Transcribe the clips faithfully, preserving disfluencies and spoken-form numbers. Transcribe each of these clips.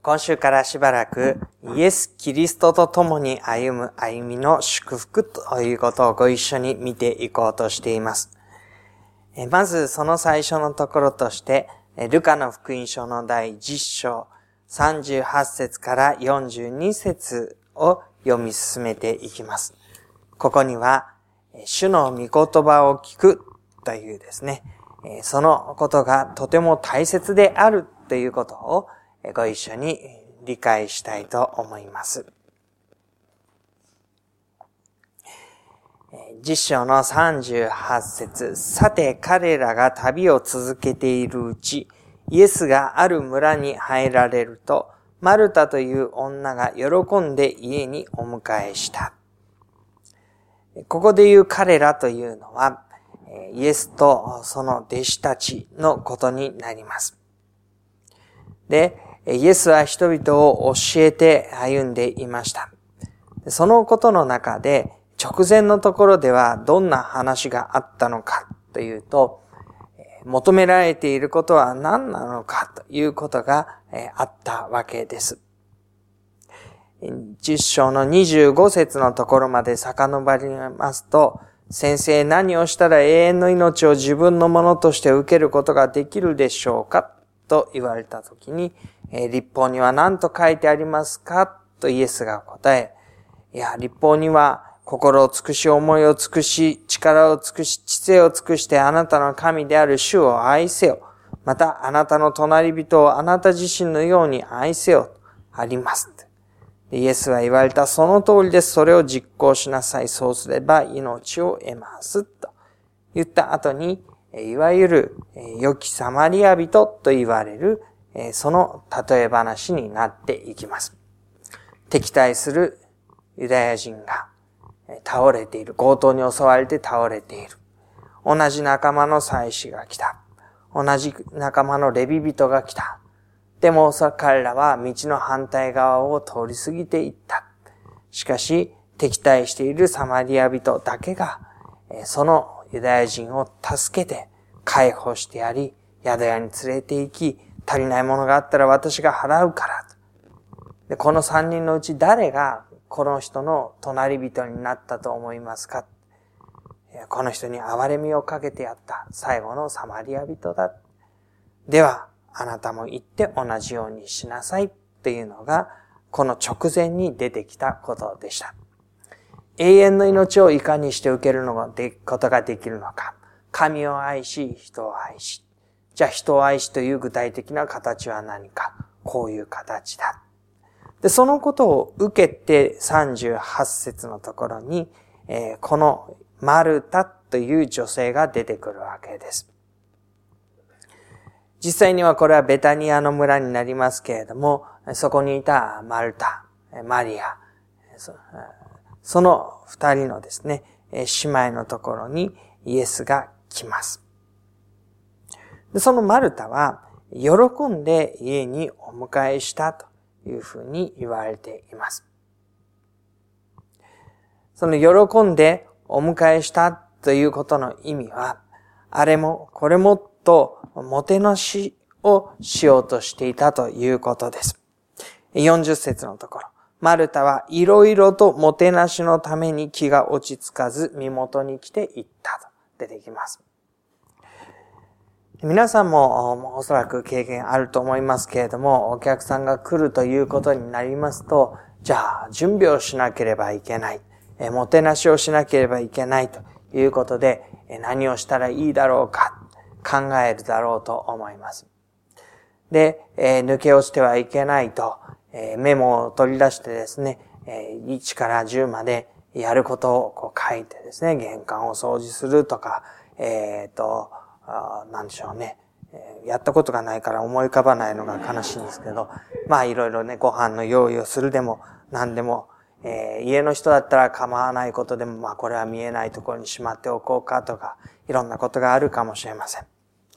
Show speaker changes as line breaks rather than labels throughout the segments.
今週からしばらくイエス・キリストと共に歩む歩みの祝福ということをご一緒に見ていこうとしています。まずその最初のところとして、ルカの福音書の第じゅっ章さんじゅうはち節からよんじゅうに節を読み進めていきます。ここには、主の御言葉を聞くというですね、そのことがとても大切であるということをご一緒に理解したいと思います。じゅっ章のさんじゅうはち節、さて彼らが旅を続けているうち、イエスがある村に入られると、マルタという女が喜んで家にお迎えした。ここで言う彼らというのは、イエスとその弟子たちのことになります。で、イエスは人々を教えて歩んでいました。そのことの中で、直前のところではどんな話があったのかというと、求められていることは何なのかということがあったわけです。じゅっ章のにじゅうご節のところまで遡りますと、先生、何をしたら永遠の命を自分のものとして受けることができるでしょうかと言われたときに、律法には何と書いてありますかとイエスが答え、いや、律法には心を尽くし、思いを尽くし、力を尽くし、知性を尽くしてあなたの神である主を愛せよ。またあなたの隣人をあなた自身のように愛せよ。あります。イエスは言われた、その通りです。それを実行しなさい。そうすれば命を得ます。と言った後に、いわゆる良きサマリア人と言われる、その例え話になっていきます。敵対するユダヤ人が倒れている。強盗に襲われて倒れている。同じ仲間の祭司が来た。同じ仲間のレビ人が来た。でも彼らは道の反対側を通り過ぎていった。しかし敵対しているサマリア人だけがそのユダヤ人を助けて解放してやり、宿屋に連れて行き、足りないものがあったら私が払うから。で、この三人のうち誰がこの人の隣人になったと思いますか？この人に憐れみをかけてやった最後のサマリア人だ。では、あなたも行って同じようにしなさいっていうのが、この直前に出てきたことでした。永遠の命をいかにして受けるのがでことができるのか。神を愛し、人を愛し。じゃあ人を愛しという具体的な形は何か。こういう形だ。で、そのことを受けてさんじゅうはち節のところに、えー、このマルタという女性が出てくるわけです。実際にはこれはベタニアの村になりますけれども、そこにいたマルタ、マリア、その二人のですね、姉妹のところにイエスが来ます。そのマルタは喜んで家にお迎えしたというふうに言われています。その喜んでお迎えしたということの意味は、あれもこれもともてなしをしようとしていたということです。よんじゅっ節のところ。マルタはいろいろともてなしのために気が落ち着かず身元に来ていったと出てきます。皆さんもおそらく経験あると思いますけれども、お客さんが来るということになりますと、じゃあ準備をしなければいけない。もてなしをしなければいけないということで、何をしたらいいだろうか考えるだろうと思います。で、抜け落ちてはいけないと、メモを取り出してですね、いちからじゅうまでやることをこう書いてですね、玄関を掃除するとか、えっと、なんでしょうね。やったことがないから思い浮かばないのが悲しいんですけど、まあいろいろね、ご飯の用意をするでも何でも、えー、家の人だったら構わないことでも、まあこれは見えないところにしまっておこうかとか、いろんなことがあるかもしれません。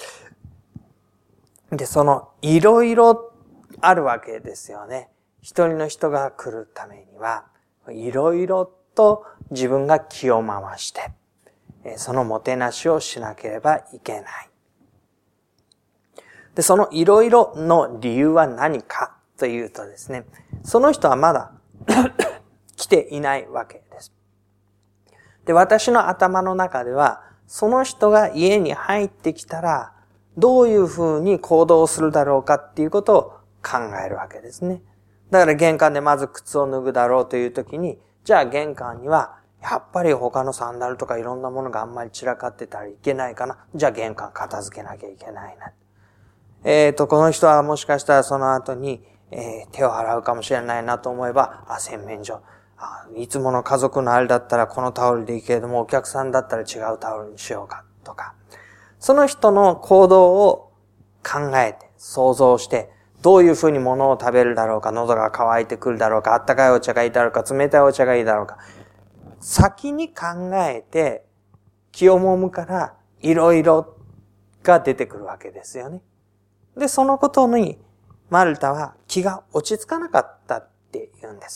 で、そのいろいろあるわけですよね。一人の人が来るためには、いろいろと自分が気を回して、そのもてなしをしなければいけない。で、そのいろいろの理由は何かというとですね、その人はまだ来ていないわけです。で、私の頭の中では、その人が家に入ってきたら、どういうふうに行動するだろうかっていうことを考えるわけですね。だから玄関でまず靴を脱ぐだろうというときに、じゃあ玄関には、やっぱり他のサンダルとかいろんなものがあんまり散らかってたらいけないかな。じゃあ玄関片付けなきゃいけないな。えっと、この人はもしかしたらその後に、えー、手を洗うかもしれないなと思えば、あ、洗面所。あ、いつもの家族のあれだったらこのタオルでいいけれども、お客さんだったら違うタオルにしようかとか。その人の行動を考えて、想像して、どういうふうに物を食べるだろうか、喉が渇いてくるだろうか、あったかいお茶がいいだろうか、冷たいお茶がいいだろうか。先に考えて、気をもむから、いろいろが出てくるわけですよね。で、そのことに、マルタは気が落ち着かなかったって言うんです。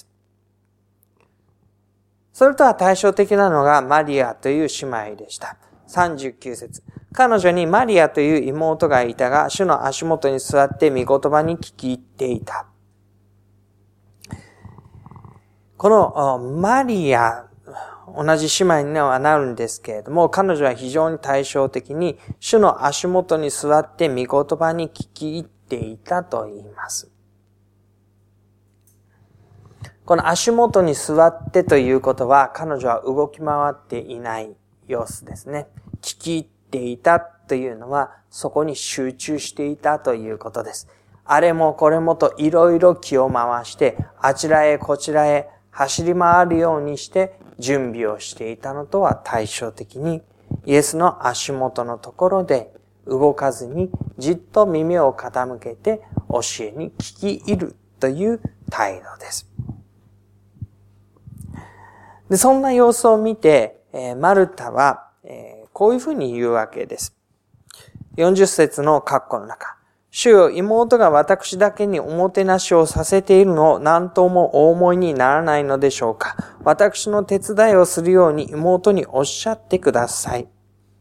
それとは対照的なのがマリアという姉妹でした。さんじゅうきゅう節。彼女にマリアという妹がいたが、主の足元に座って御言葉に聞き入っていた。このマリア、同じ姉妹にはなるんですけれども、彼女は非常に対照的に、主の足元に座って御言葉に聞き入っていたと言います。この足元に座ってということは、彼女は動き回っていない様子ですね。聞き入っていたというのは、そこに集中していたということです。あれもこれもといろいろ気を回して、あちらへこちらへ走り回るようにして準備をしていたのとは対照的に、イエスの足元のところで動かずにじっと耳を傾けて教えに聞き入るという態度です。で、そんな様子を見て、えー、マルタは、えー、こういうふうに言うわけです。よんじゅっ節の括弧の中。主よ、妹が私だけにおもてなしをさせているのを何ともお思いにならないのでしょうか。私の手伝いをするように妹におっしゃってください。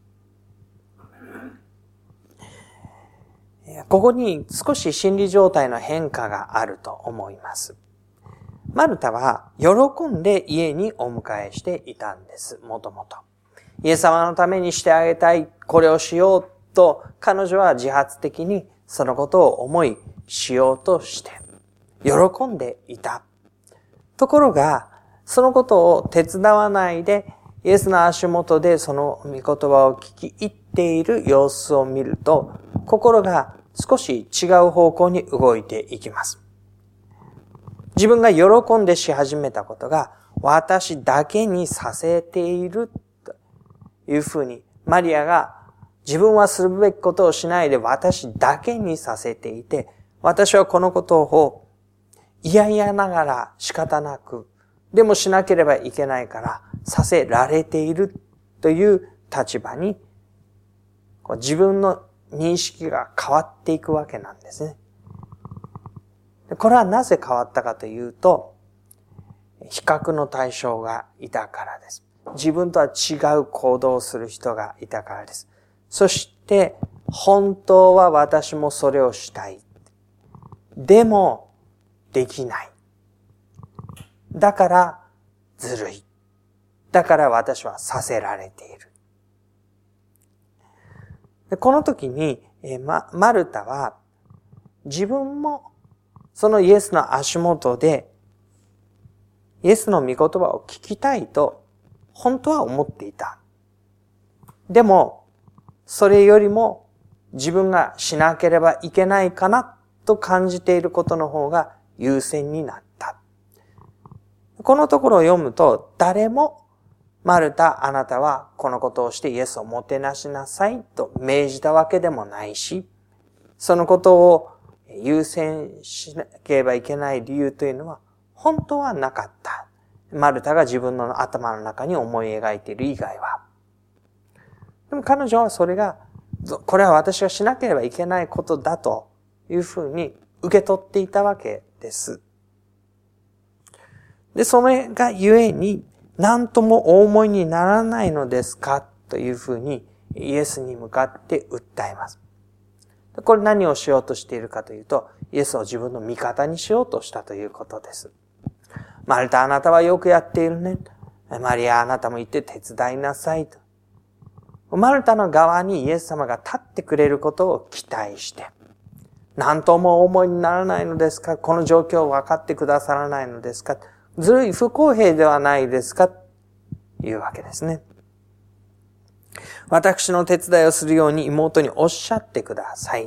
ここに少し心理状態の変化があると思います。マルタは喜んで家にお迎えしていたんです、もともと。イエス様のためにしてあげたい、これをしようと、彼女は自発的にそのことを思いしようとして、喜んでいた。ところが、そのことを手伝わないで、イエスの足元でその御言葉を聞き入っている様子を見ると、心が少し違う方向に動いていきます。自分が喜んでし始めたことが私だけにさせているというふうに、マリアが自分はするべきことをしないで私だけにさせていて、私はこのことを嫌々ながら仕方なく、でもしなければいけないからさせられているという立場に、自分の認識が変わっていくわけなんですね。これはなぜ変わったかというと、比較の対象がいたからです。自分とは違う行動をする人がいたからです。そして、本当は私もそれをしたい。でも、できない。だから、ずるい。だから私はさせられている。でこの時に、えま、マルタは、自分も、そのイエスの足元で、イエスの御言葉を聞きたいと、本当は思っていた。でも、それよりも自分がしなければいけないかなと感じていることの方が優先になった。このところを読むと、誰も、マルタ、あなたはこのことをしてイエスをもてなしなさいと命じたわけでもないし、そのことを優先しなければいけない理由というのは本当はなかった。マルタが自分の頭の中に思い描いている以外は。でも彼女はそれが、これは私がしなければいけないことだというふうに受け取っていたわけです。で、それがゆえに何ともお思いにならないのですかというふうにイエスに向かって訴えます。 これ何をしようとしているかというと、イエスを自分の味方にしようとしたということです。マルタ、あなたはよくやっているね。マリア、あなたも行って手伝いなさいと。マルタの側にイエス様が立ってくれることを期待して、何ともお思いにならないのですか？この状況を分かってくださらないのですか？ずるい不公平ではないですか？というわけですね。私の手伝いをするように妹におっしゃってください。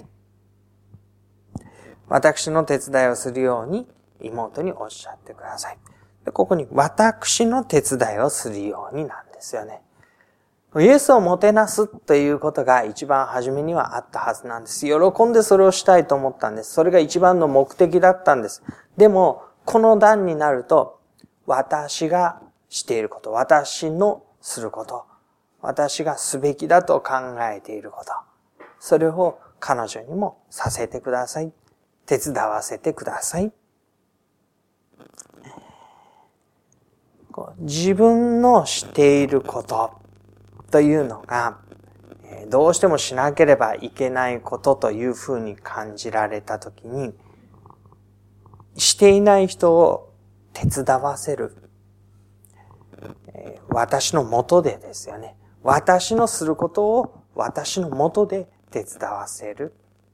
私の手伝いをするように妹におっしゃってください。でここに私の手伝いをするようになんですよね。イエスをもてなすということが一番初めにはあったはずなんです。喜んでそれをしたいと思ったんです。それが一番の目的だったんです。でも、この段になると、私がしていること、私のすること、私がすべきだと考えていること、それを彼女にもさせてください。手伝わせてください。自分のしていることというのが、どうしてもしなければいけないことというふうに感じられたときに、していない人を手伝わせる。私の元でですよね。私のすることを私の元で手伝わせる。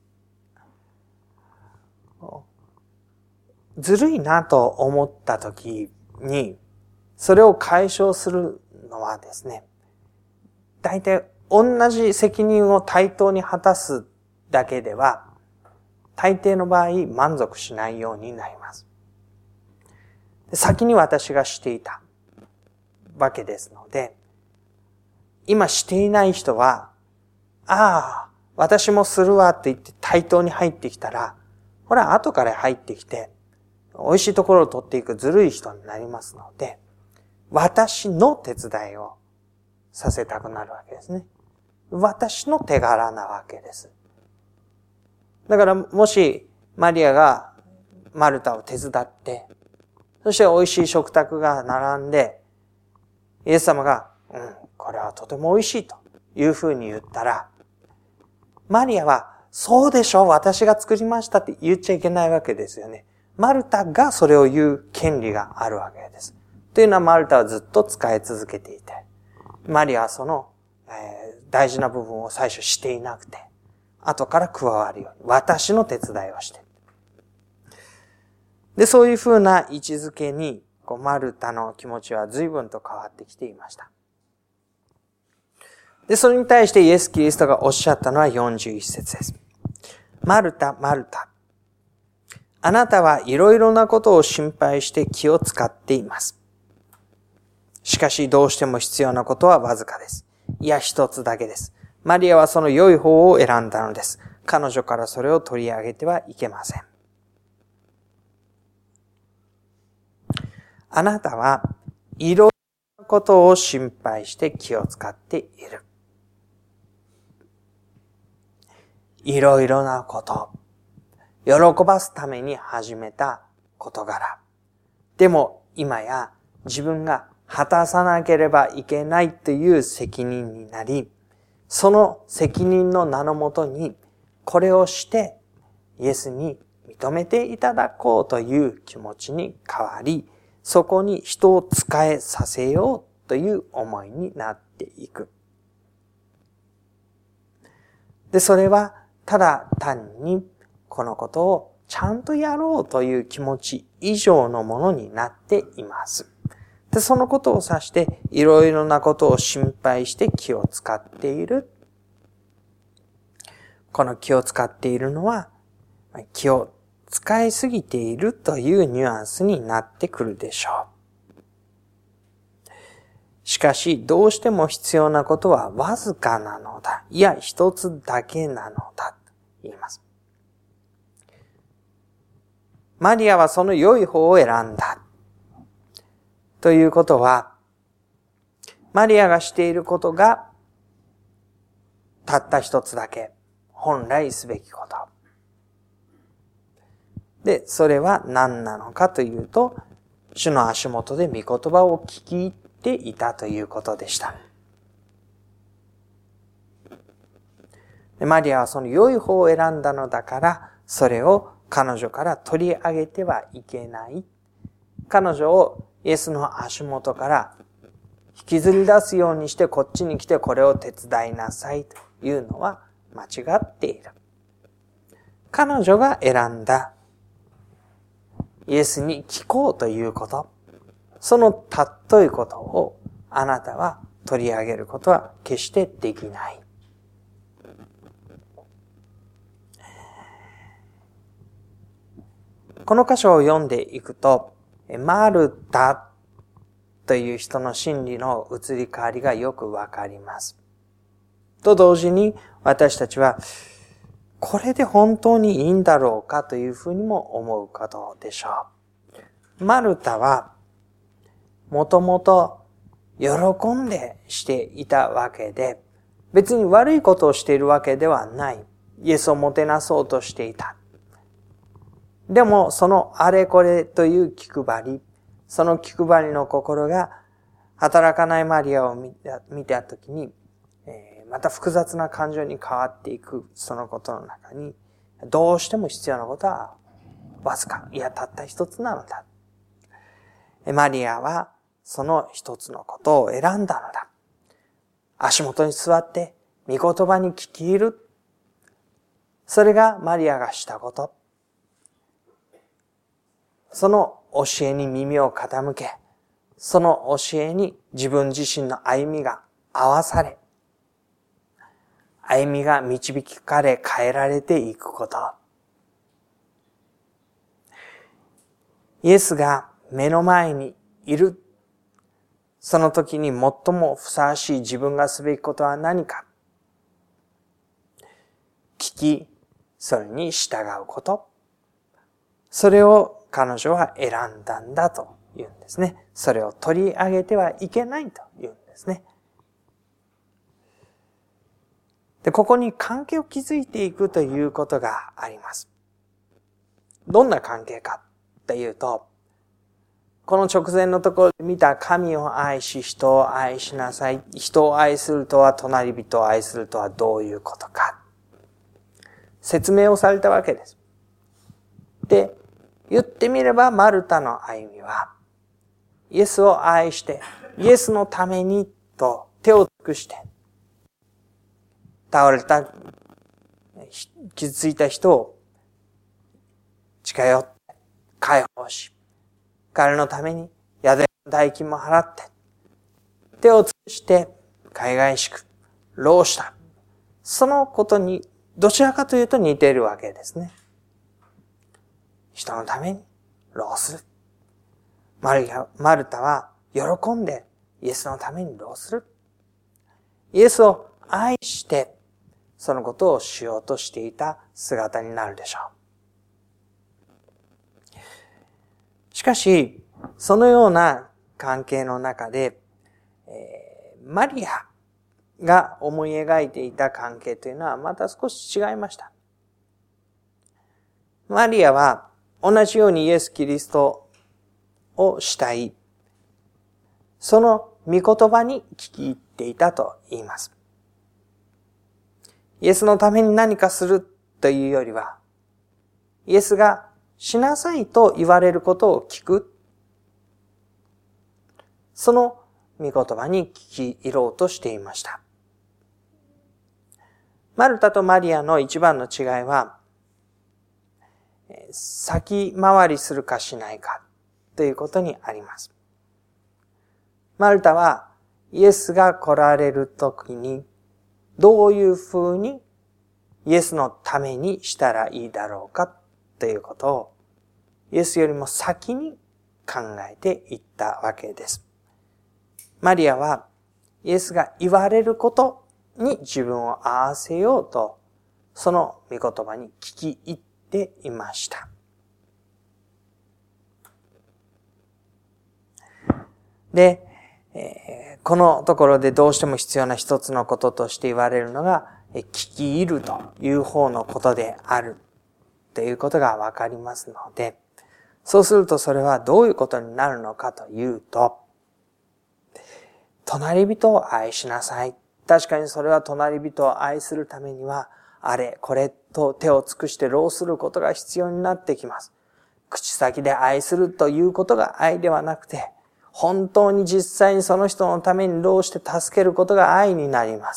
ずるいなと思ったときに、それを解消するのはですね、大体同じ責任を対等に果たすだけでは、大抵の場合満足しないようになります。先に私がしていたわけですので、今していない人は、ああ、私もするわって言って対等に入ってきたら、ほら後から入ってきて、美味しいところを取っていくずるい人になりますので、私の手伝いをさせたくなるわけですね。私の手柄なわけです。だからもしマリアがマルタを手伝って、そして美味しい食卓が並んで、イエス様が、うん、これはとても美味しいというふうに言ったら、マリアは、そうでしょ、私が作りましたって言っちゃいけないわけですよね。マルタがそれを言う権利があるわけです。というのはマルタはずっと使い続けていて、マリアはその、えー、大事な部分を最初していなくて、後から加わるように、私の手伝いをして。で、そういうふうな位置づけに、こうマルタの気持ちは随分と変わってきていました。で、それに対してイエス・キリストがおっしゃったのはよんじゅういち節です。マルタ、マルタ。あなたはいろいろなことを心配して気を使っています。しかしどうしても必要なことはわずかです。いや、一つだけです。マリアはその良い方を選んだのです。彼女からそれを取り上げてはいけません。あなたはいろいろなことを心配して気を使っている。いろいろなこと。喜ばすために始めた事柄。でも今や自分が果たさなければいけないという責任になり、その責任の名のもとにこれをしてイエスに認めていただこうという気持ちに変わり、そこに人を仕えさせようという思いになっていく。で、それはただ単にこのことをちゃんとやろうという気持ち以上のものになっています。で、そのことを指していろいろなことを心配して気を使っている。この気を使っているのは気を使いすぎているというニュアンスになってくるでしょう。しかしどうしても必要なことはわずかなのだ。いや、一つだけなのだと言います。マリアはその良い方を選んだ。ということは、マリアがしていることがたった一つだけ、本来すべきこと。で、それは何なのかというと、主の足元で御言葉を聞き入っていたということでした。 マリアはその良い方を選んだのだから、それを彼女から取り上げてはいけない。彼女をイエスの足元から引きずり出すようにしてこっちに来てこれを手伝いなさいというのは間違っている。彼女が選んだイエスに聞こうということ、そのたっといことをあなたは取り上げることは決してできない。この箇所を読んでいくと、マルタという人の心理の移り変わりがよくわかります。と同時に私たちは、これで本当にいいんだろうかというふうにも思うことでしょう。マルタは、もともと喜んでしていたわけで、別に悪いことをしているわけではない。イエスをもてなそうとしていた。でも、そのあれこれという気配り、その気配りの心が働かないマリアを見た、見たときに、えー、また複雑な感情に変わっていくそのことの中に、どうしても必要なことはわずか、いやたった一つなのだ。マリアはその一つのことを選んだのだ。足元に座って御言葉に聞き入る。それがマリアがしたこと。その教えに耳を傾け、その教えに自分自身の歩みが合わされ、歩みが導かれ変えられていくこと。イエスが目の前にいる。その時に最もふさわしい自分がすべきことは何か。聞き、それに従うこと。それを彼女は選んだんだと言うんですね。それを取り上げてはいけないと言うんですね。で、ここに関係を築いていくということがあります。どんな関係かっていうと、この直前のところで見た神を愛し人を愛しなさい。人を愛するとは隣人を愛するとはどういうことか。説明をされたわけです。で、言ってみればマルタの歩みは、イエスを愛して、イエスのためにと手を尽くして、倒れた、傷ついた人を近寄って解放し、彼のために宿の代金も払って、手を尽くして海外しく、労した。そのことにどちらかというと似ているわけですね。人のために労する。マルタ、マルタは喜んでイエスのために労する。イエスを愛してそのことをしようとしていた姿になるでしょう。しかし、そのような関係の中で、えー、マリアが思い描いていた関係というのはまた少し違いました。マリアは同じようにイエス・キリストを慕い、その御言葉に聞き入っていたと言います。イエスのために何かするというよりは、イエスがしなさいと言われることを聞く。その御言葉に聞き入ろうとしていました。マルタとマリアの一番の違いは、先回りするかしないかということにあります。マルタはイエスが来られるときにどういうふうにイエスのためにしたらいいだろうかということをイエスよりも先に考えていったわけです。マリアはイエスが言われることに自分を合わせようとその御言葉に聞き入っていました。で、えー、このところでどうしても必要な一つのこととして言われるのが、聞き入るという方のことであるということがわかりますので、そうするとそれはどういうことになるのかというと、隣人を愛しなさい。確かにそれは隣人を愛するためには、 あれ、これと手を尽くして労することが必要になってきます。口先で愛するということが愛ではなくて、本当に実際にその人のために労して助けることが愛になります。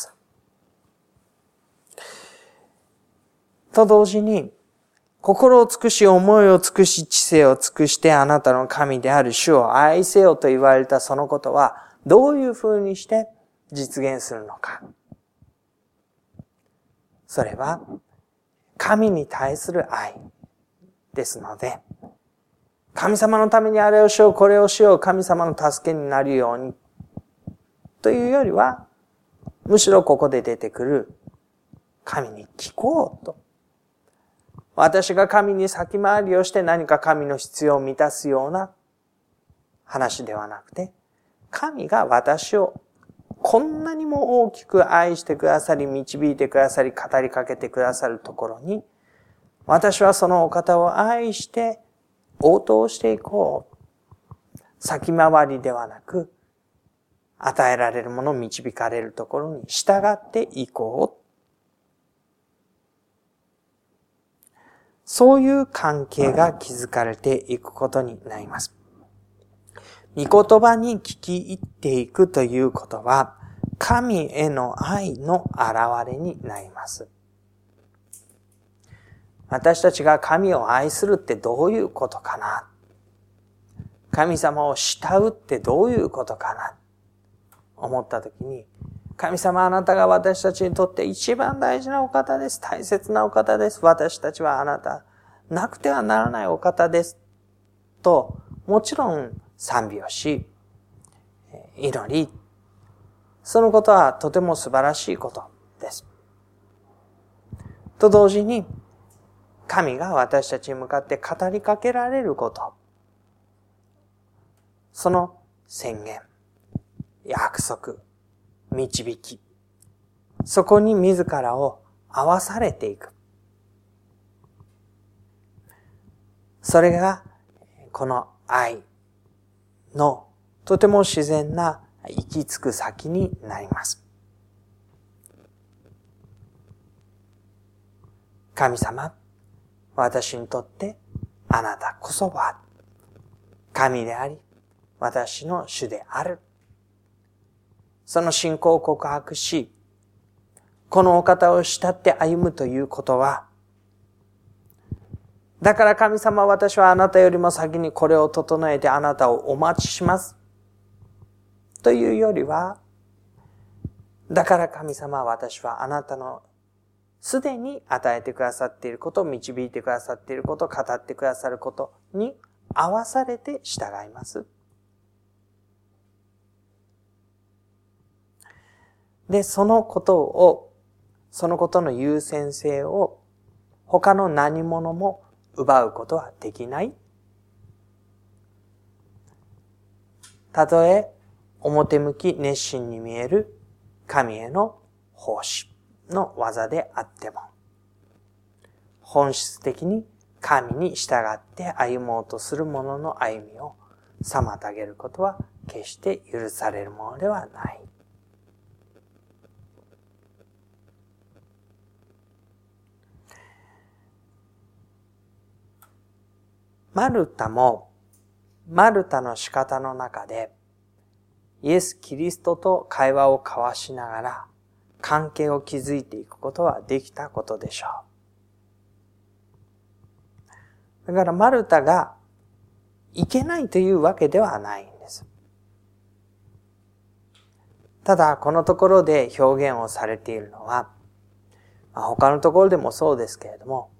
と同時に、心を尽くし、思いを尽くし、知性を尽くしてあなたの神である主を愛せよと言われたそのことは、どういうふうにして実現するのか。それは、神に対する愛ですので、神様のためにあれをしよう、これをしよう、神様の助けになるように、というよりは、むしろここで出てくる、神に聞こうと。私が神に先回りをして何か神の必要を満たすような話ではなくて、神が私をこんなにも大きく愛してくださり、導いてくださり、語りかけてくださるところに、私はそのお方を愛して応答していこう。先回りではなく、与えられるもの、導かれるところに従っていこう。そういう関係が築かれていくことになります。御言葉に聞き入っていくということは、神への愛の現れになります。私たちが神を愛するってどういうことかな？神様を慕うってどういうことかな？思ったときに、神様あなたが私たちにとって一番大事なお方です。大切なお方です。私たちはあなた、なくてはならないお方です。と、もちろん賛美をし、祈り、そのことはとても素晴らしいことです。と同時に、神が私たちに向かって語りかけられること、その宣言、約束、導き、そこに自らを合わされていく。それが、この愛のとても自然な行き着く先になります。神様、私にとってあなたこそは神であり、私の主である。その信仰を告白し、このお方を慕って歩むということは、だから神様、私はあなたよりも先にこれを整えてあなたをお待ちします。というよりは、だから神様、私はあなたのすでに与えてくださっていること、導いてくださっていること、語ってくださることに合わされて従います。で、そのことを、そのことの優先性を他の何者も奪うことはできない。たとえ表向き熱心に見える神への奉仕の技であっても、本質的に神に従って歩もうとする者の歩みを妨げることは決して許されるものではない。マルタも、マルタの仕方の中で、イエス・キリストと会話を交わしながら、関係を築いていくことはできたことでしょう。だからマルタがいけないというわけではないんです。ただ、このところで表現をされているのは、まあ、他のところでもそうですけれども、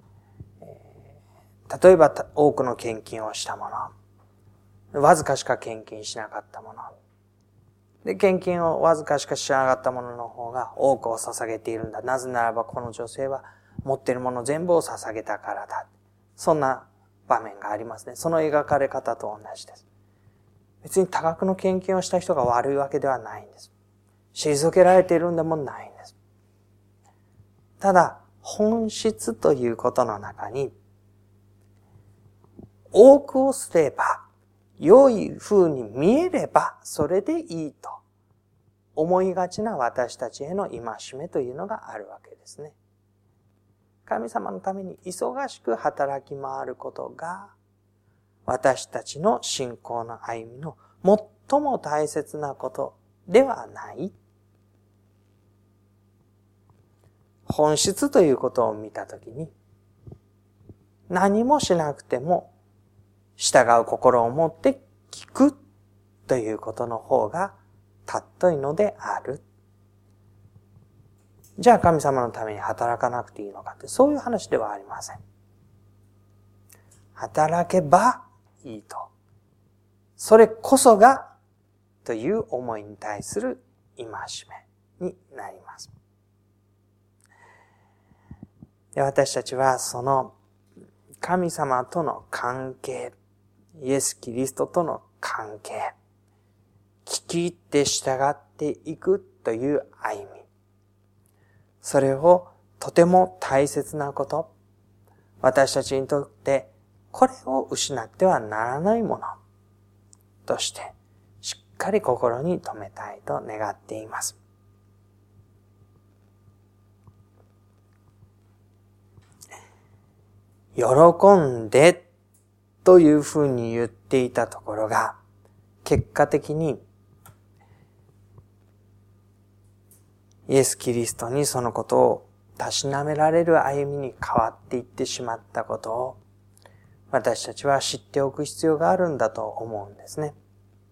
例えば多くの献金をした者、わずかしか献金しなかった者、で、献金をわずかしかしなかった者の方が多くを捧げているんだ。なぜならばこの女性は持っているもの全部を捧げたからだ。そんな場面がありますね。その描かれ方と同じです。別に多額の献金をした人が悪いわけではないんです。退けられているんでもないんです。ただ、本質ということの中に、多くをすれば、良い風に見えれば、それでいいと思いがちな私たちへの戒めというのがあるわけですね。 神様のために忙しく働き回ることが、私たちの信仰の歩みの最も大切なことではない。本質ということを見たときに、何もしなくても従う心を持って聞くということの方が尊いのである。じゃあ神様のために働かなくていいのかって、そういう話ではありません。働けばいいと。それこそがという思いに対する戒めになります。で、私たちはその神様との関係、イエス・キリストとの関係、聞き入って従っていくという歩み、それをとても大切なこと、私たちにとってこれを失ってはならないものとしてしっかり心に留めたいと願っています。喜んでというふうに言っていたところが、結果的にイエス・キリストにそのことをたしなめられる歩みに変わっていってしまったことを、私たちは知っておく必要があるんだと思うんですね。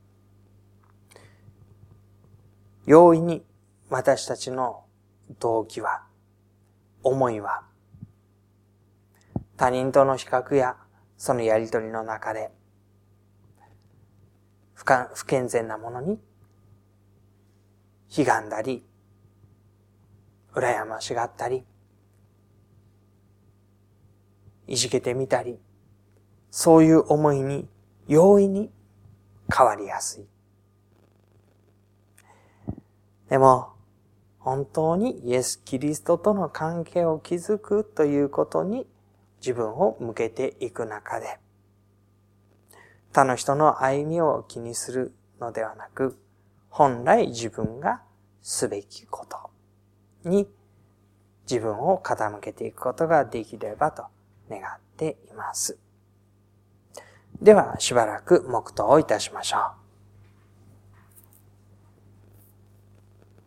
容易に私たちの動機は、思いは、他人との比較やそのやりとりの中で不か不健全なものにひがんだり、羨ましがったり、いじけてみたり、そういう思いに容易に変わりやすい。でも、本当にイエス・キリストとの関係を築くということに自分を向けていく中で、他の人の歩みを気にするのではなく、本来自分がすべきことに自分を傾けていくことができればと願っています。ではしばらく黙祷をいたしましょう。